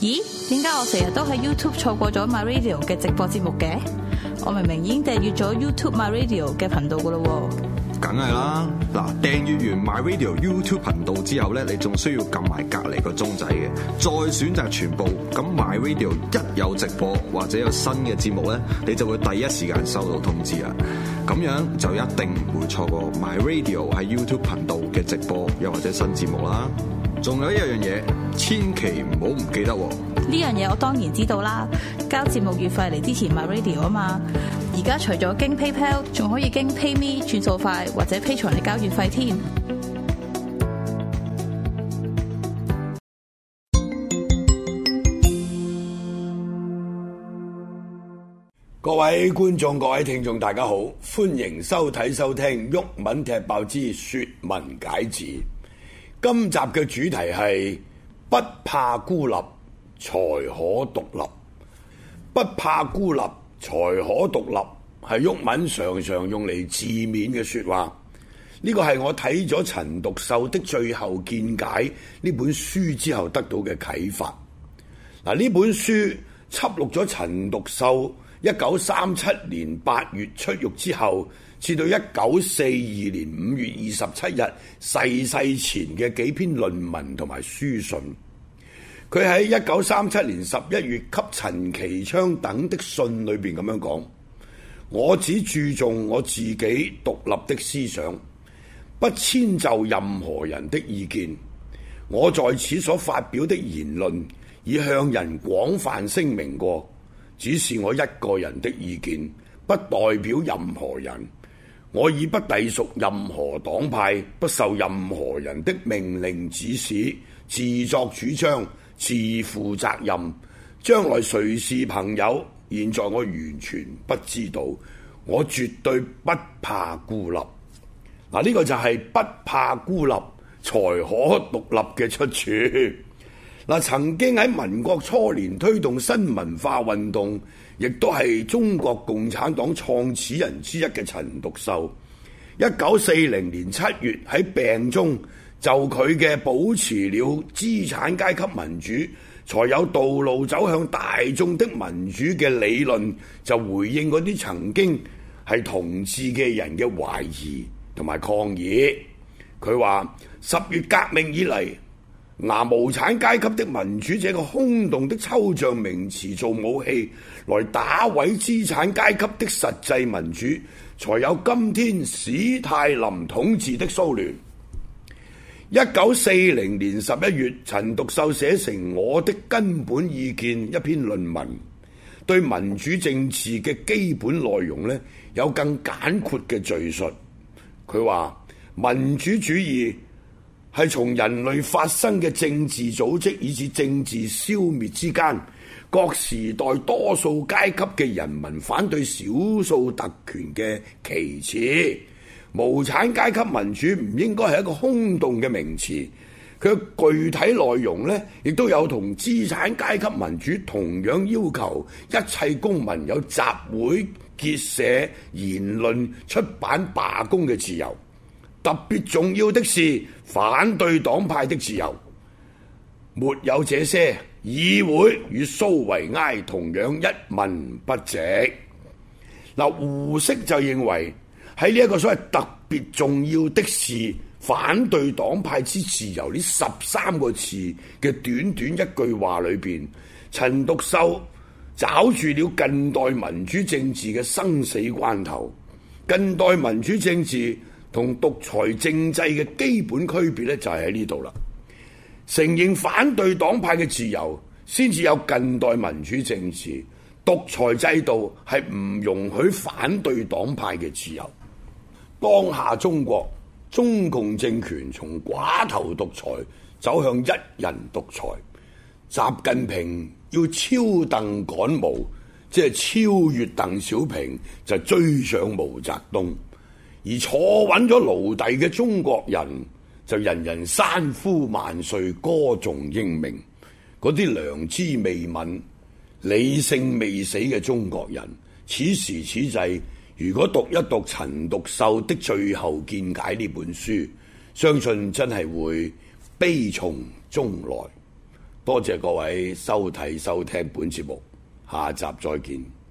咦？點解我成日都喺 YouTube 錯過咗 My Radio 嘅直播節目嘅？我明明已經訂閱咗 YouTube My Radio 嘅頻道噶咯喎。 梗係啦，嗱，訂閱完 My Radio YouTube 頻道之後咧，你仲需要撳埋隔離個鐘仔嘅，再選擇全部。咁 My Radio 一有直播或者有新嘅節目咧，你就會第一時間收到通知啦。咁樣就一定唔會錯過 My Radio 喺 YouTube 頻道嘅直播又或者新節目啦。仲有一樣嘢，千祈唔好唔記得喎。 呢樣嘢我當然知道啦，交節目月費嚟支持 My Radio 啊嘛。而家除咗經 PayPal， 仲可以經 PayMe 轉數快或者 Patreon嚟交月費添。 各位觀眾、各位聽眾，大家好，歡迎收睇收聽《毓民踢爆之說文解字》。今集嘅主題係不怕孤立，才可獨立。不怕孤立，才可獨立，係毓民常常用嚟自勉嘅說話。呢個係我睇咗陳獨秀的最後見解呢本書之後得到嘅啟發。嗱，呢本書輯錄咗陳獨秀1937年8月出獄之後，至到1942年5月27日逝世前嘅幾篇論文同埋書信。佢喺1937年11月給陳其昌等的信裏邊咁樣講：我只注重我自己獨立的思想，不遷就任何人的意見。我在此所發表的言論已向人廣泛聲明過，只是我一個人的意見，不代表任何人。我已不隸屬任何黨派，不受任何人的命令指使，自作主張，自負責任。將來誰是朋友，現在我完全不知道。我絕對不怕孤立。嗱，呢個就係不怕孤立，才可獨立嘅出處。嗱，曾經喺民國初年推動新文化運動，亦都係中國共產黨創始人之一嘅陳獨秀，1940年7月喺病中就佢嘅保持了資產階級民主，才有道路走向大眾的民主嘅理論，就回應嗰啲曾經係同志嘅人嘅懷疑同埋抗議。佢話10月革命以嚟，拿無產階級的民主這個空洞的抽象名詞做武器，來打毀資產階級的實際民主，才有今天史太林統治的蘇聯。1940年11月，陳獨秀寫成《我的根本意見》一篇論文，對民主政治嘅基本內容呢，有更簡括嘅敘述。佢話民主主義係從人類發生嘅政治組織以至政治消滅之間，各時代多數階級嘅人民反對少數特權嘅旗幟。無產階級民主唔應該係一個空洞嘅名詞，佢嘅具體內容呢，亦都有同資產階級民主同樣要求一切公民有集會、結社、言論、出版、罷工嘅自由。特別重要的是反對黨派的自由，沒有這些，議會與蘇維埃同樣一文不值。嗱，胡適就認為喺呢一個所謂特別重要的是反對黨派之自由呢13個字嘅短短一句話裏邊，陳獨秀找住了近代民主政治嘅生死關頭。近代民主政治同獨裁政制嘅基本區別咧，就係喺呢度啦。承認反對黨派嘅自由，先至有近代民主政治。獨裁制度係唔容許反對黨派嘅自由。當下中國，中共政權從寡頭獨裁走向一人獨裁。習近平要超鄧趕毛，即係超越鄧小平，就追上毛澤東。而坐穩咗奴隸嘅中國人，就人人山呼萬歲，歌頌英明。嗰啲良知未泯、理性未死嘅中國人，此時此際，如果讀一讀陳獨秀的最後見解呢本書，相信真係會悲從中來。 多謝各位收睇收聽本節目，下集再見。